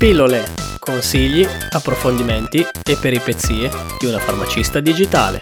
Pillole, consigli, approfondimenti e peripezie di una farmacista digitale.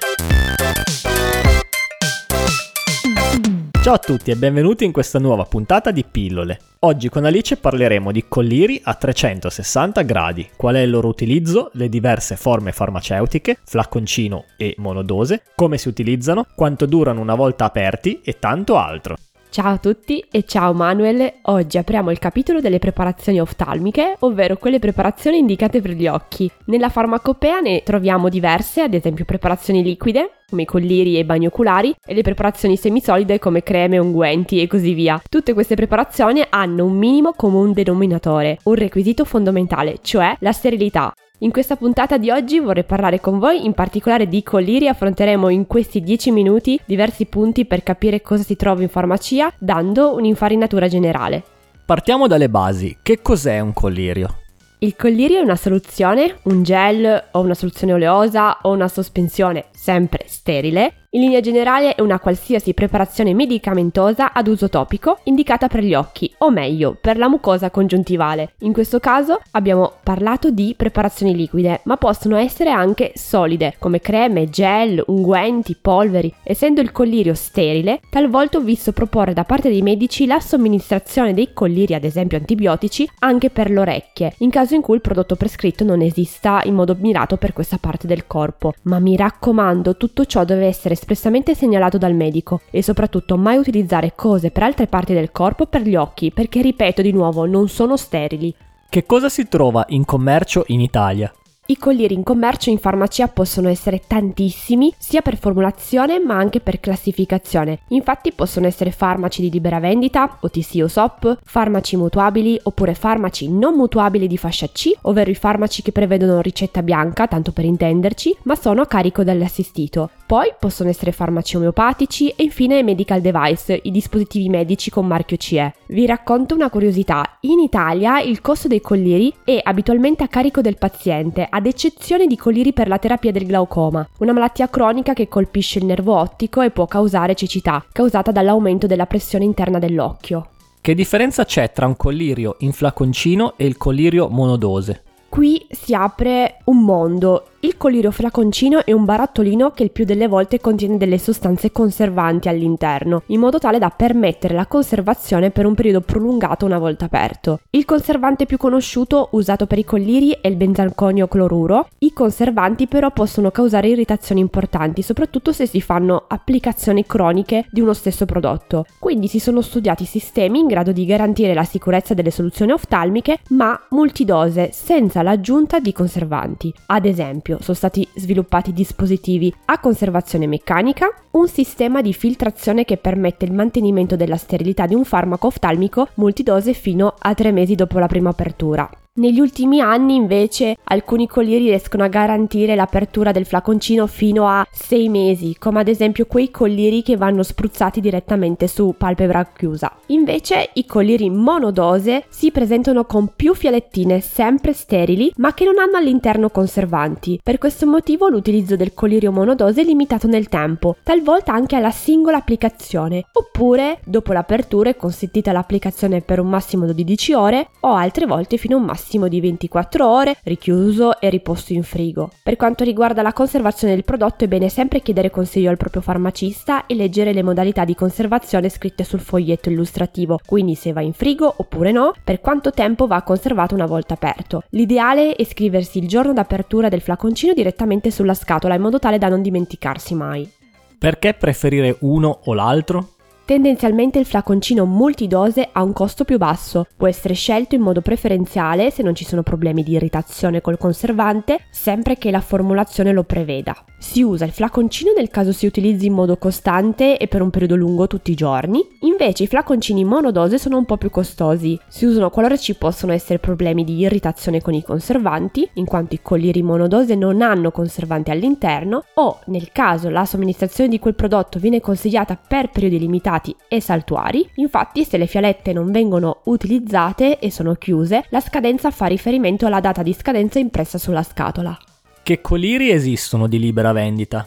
Ciao a tutti e benvenuti in questa nuova puntata di Pillole. Oggi con Alice parleremo di colliri a 360 gradi, qual è il loro utilizzo, le diverse forme farmaceutiche, flaconcino e monodose, come si utilizzano, quanto durano una volta aperti e tanto altro. Ciao a tutti e ciao Manuel, oggi apriamo il capitolo delle preparazioni oftalmiche, ovvero quelle preparazioni indicate per gli occhi. Nella farmacopea ne troviamo diverse, ad esempio preparazioni liquide, come i colliri e i bagni oculari, e le preparazioni semisolide come creme, unguenti e così via. Tutte queste preparazioni hanno un minimo comune denominatore, un requisito fondamentale, cioè la sterilità. In questa puntata di oggi vorrei parlare con voi in particolare di colliri e affronteremo in questi 10 minuti diversi punti per capire cosa si trova in farmacia, dando un'infarinatura generale. Partiamo dalle basi. Che cos'è un collirio? Il collirio è una soluzione, un gel o una soluzione oleosa o una sospensione, sempre sterile. In linea generale è una qualsiasi preparazione medicamentosa ad uso topico indicata per gli occhi, o meglio, per la mucosa congiuntivale. In questo caso abbiamo parlato di preparazioni liquide, ma possono essere anche solide, come creme, gel, unguenti, polveri. Essendo il collirio sterile, talvolta ho visto proporre da parte dei medici la somministrazione dei colliri, ad esempio antibiotici, anche per le orecchie, in caso in cui il prodotto prescritto non esista in modo mirato per questa parte del corpo. Ma mi raccomando, tutto ciò deve essere espressamente segnalato dal medico e soprattutto mai utilizzare cose per altre parti del corpo per gli occhi, perché ripeto di nuovo, non sono sterili. Che cosa si trova in commercio in Italia? I colliri in commercio in farmacia possono essere tantissimi, sia per formulazione ma anche per classificazione. Infatti possono essere farmaci di libera vendita, OTC o SOP, farmaci mutuabili oppure farmaci non mutuabili di fascia C, ovvero i farmaci che prevedono ricetta bianca, tanto per intenderci, ma sono a carico dell'assistito. Poi possono essere farmaci omeopatici e infine medical device, i dispositivi medici con marchio CE. Vi racconto una curiosità: in Italia il costo dei colliri è abitualmente a carico del paziente, ad eccezione di colliri per la terapia del glaucoma, una malattia cronica che colpisce il nervo ottico e può causare cecità, causata dall'aumento della pressione interna dell'occhio. Che differenza c'è tra un collirio in flaconcino e il collirio monodose? Qui si apre un mondo. Il collirio flaconcino è un barattolino che il più delle volte contiene delle sostanze conservanti all'interno, in modo tale da permettere la conservazione per un periodo prolungato una volta aperto. Il conservante più conosciuto usato per i colliri è il benzalconio cloruro. I conservanti però possono causare irritazioni importanti, soprattutto se si fanno applicazioni croniche di uno stesso prodotto. Quindi si sono studiati sistemi in grado di garantire la sicurezza delle soluzioni oftalmiche, ma multidose, senza l'aggiunta di conservanti. Ad esempio, sono stati sviluppati dispositivi a conservazione meccanica, un sistema di filtrazione che permette il mantenimento della sterilità di un farmaco oftalmico multidose fino a 3 mesi dopo la prima apertura. Negli ultimi anni invece alcuni colliri riescono a garantire l'apertura del flaconcino fino a 6 mesi, come ad esempio quei colliri che vanno spruzzati direttamente su palpebra chiusa. Invece i colliri monodose si presentano con più fialettine sempre sterili, ma che non hanno all'interno conservanti. Per questo motivo l'utilizzo del collirio monodose è limitato nel tempo, talvolta anche alla singola applicazione, oppure dopo l'apertura è consentita l'applicazione per un massimo di 12 ore o altre volte fino a un massimo di 24 ore, richiuso e riposto in frigo. Per quanto riguarda la conservazione del prodotto è bene sempre chiedere consiglio al proprio farmacista e leggere le modalità di conservazione scritte sul foglietto illustrativo, quindi se va in frigo oppure no, per quanto tempo va conservato una volta aperto. L'ideale è scriversi il giorno d'apertura del flaconcino direttamente sulla scatola in modo tale da non dimenticarsi mai. Perché preferire uno o l'altro? Tendenzialmente il flaconcino multidose ha un costo più basso, può essere scelto in modo preferenziale se non ci sono problemi di irritazione col conservante, sempre che la formulazione lo preveda. Si usa il flaconcino nel caso si utilizzi in modo costante e per un periodo lungo tutti i giorni, invece i flaconcini monodose sono un po' più costosi, si usano qualora ci possono essere problemi di irritazione con i conservanti, in quanto i colliri monodose non hanno conservanti all'interno, o nel caso la somministrazione di quel prodotto viene consigliata per periodi limitati e saltuari. Infatti se le fialette non vengono utilizzate e sono chiuse, la scadenza fa riferimento alla data di scadenza impressa sulla scatola. Che colliri esistono di libera vendita?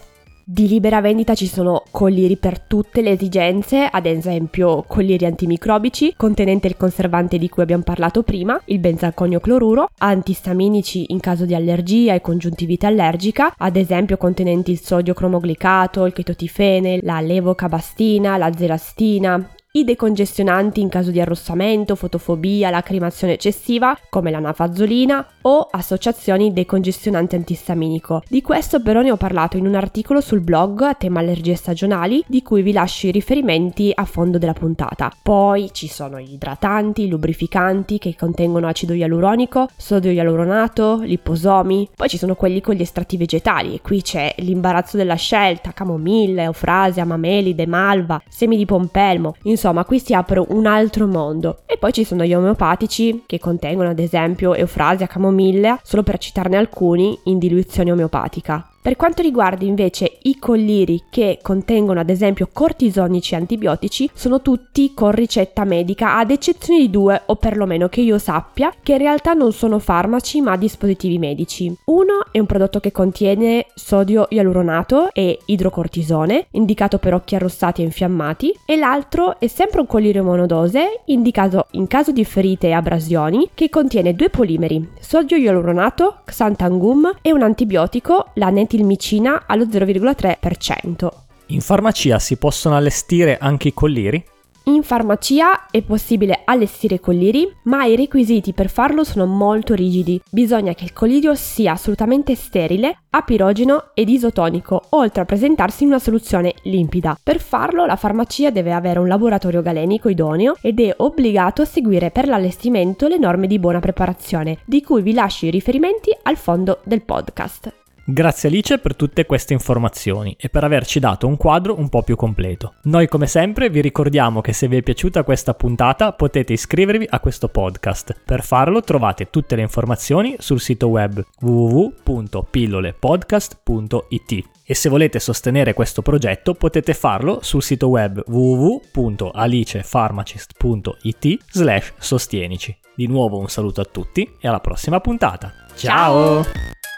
Di libera vendita ci sono colliri per tutte le esigenze, ad esempio colliri antimicrobici, contenente il conservante di cui abbiamo parlato prima, il benzalconio cloruro, antistaminici in caso di allergia e congiuntivite allergica, ad esempio contenenti il sodio cromoglicato, il chetotifene, la levocabastina, la zelastina, i decongestionanti in caso di arrossamento, fotofobia, lacrimazione eccessiva, come la nafazolina, o associazioni decongestionanti antistaminico. Di questo però ne ho parlato in un articolo sul blog a tema allergie stagionali, di cui vi lascio i riferimenti a fondo della puntata. Poi ci sono gli idratanti, i lubrificanti che contengono acido ialuronico, sodio ialuronato, liposomi. Poi ci sono quelli con gli estratti vegetali e qui c'è l'imbarazzo della scelta, camomilla, eufrasia, mamelide, malva, semi di pompelmo. Insomma, qui si apre un altro mondo. E poi ci sono gli omeopatici che contengono ad esempio eufrasia, camomilla, solo per citarne alcuni, in diluizione omeopatica. Per quanto riguarda invece i colliri che contengono ad esempio cortisonici e antibiotici, sono tutti con ricetta medica, ad eccezione di 2, o perlomeno che io sappia, che in realtà non sono farmaci ma dispositivi medici. Uno è un prodotto che contiene sodio ialuronato e idrocortisone, indicato per occhi arrossati e infiammati, e l'altro è sempre un collirio monodose, indicato in caso di ferite e abrasioni, che contiene 2 polimeri, sodio ialuronato, xantangum, e un antibiotico, la netilmicina, allo 0,3%. In farmacia si possono allestire anche i colliri? In farmacia è possibile allestire colliri, ma i requisiti per farlo sono molto rigidi. Bisogna che il collirio sia assolutamente sterile, apirogeno ed isotonico, oltre a presentarsi in una soluzione limpida. Per farlo la farmacia deve avere un laboratorio galenico idoneo ed è obbligato a seguire per l'allestimento le norme di buona preparazione, di cui vi lascio i riferimenti al fondo del podcast. Grazie Alice per tutte queste informazioni e per averci dato un quadro un po' più completo. Noi come sempre vi ricordiamo che se vi è piaciuta questa puntata potete iscrivervi a questo podcast. Per farlo trovate tutte le informazioni sul sito web www.pillolepodcast.it e se volete sostenere questo progetto potete farlo sul sito web www.alicepharmacist.it/sostienici. Di nuovo un saluto a tutti e alla prossima puntata. Ciao!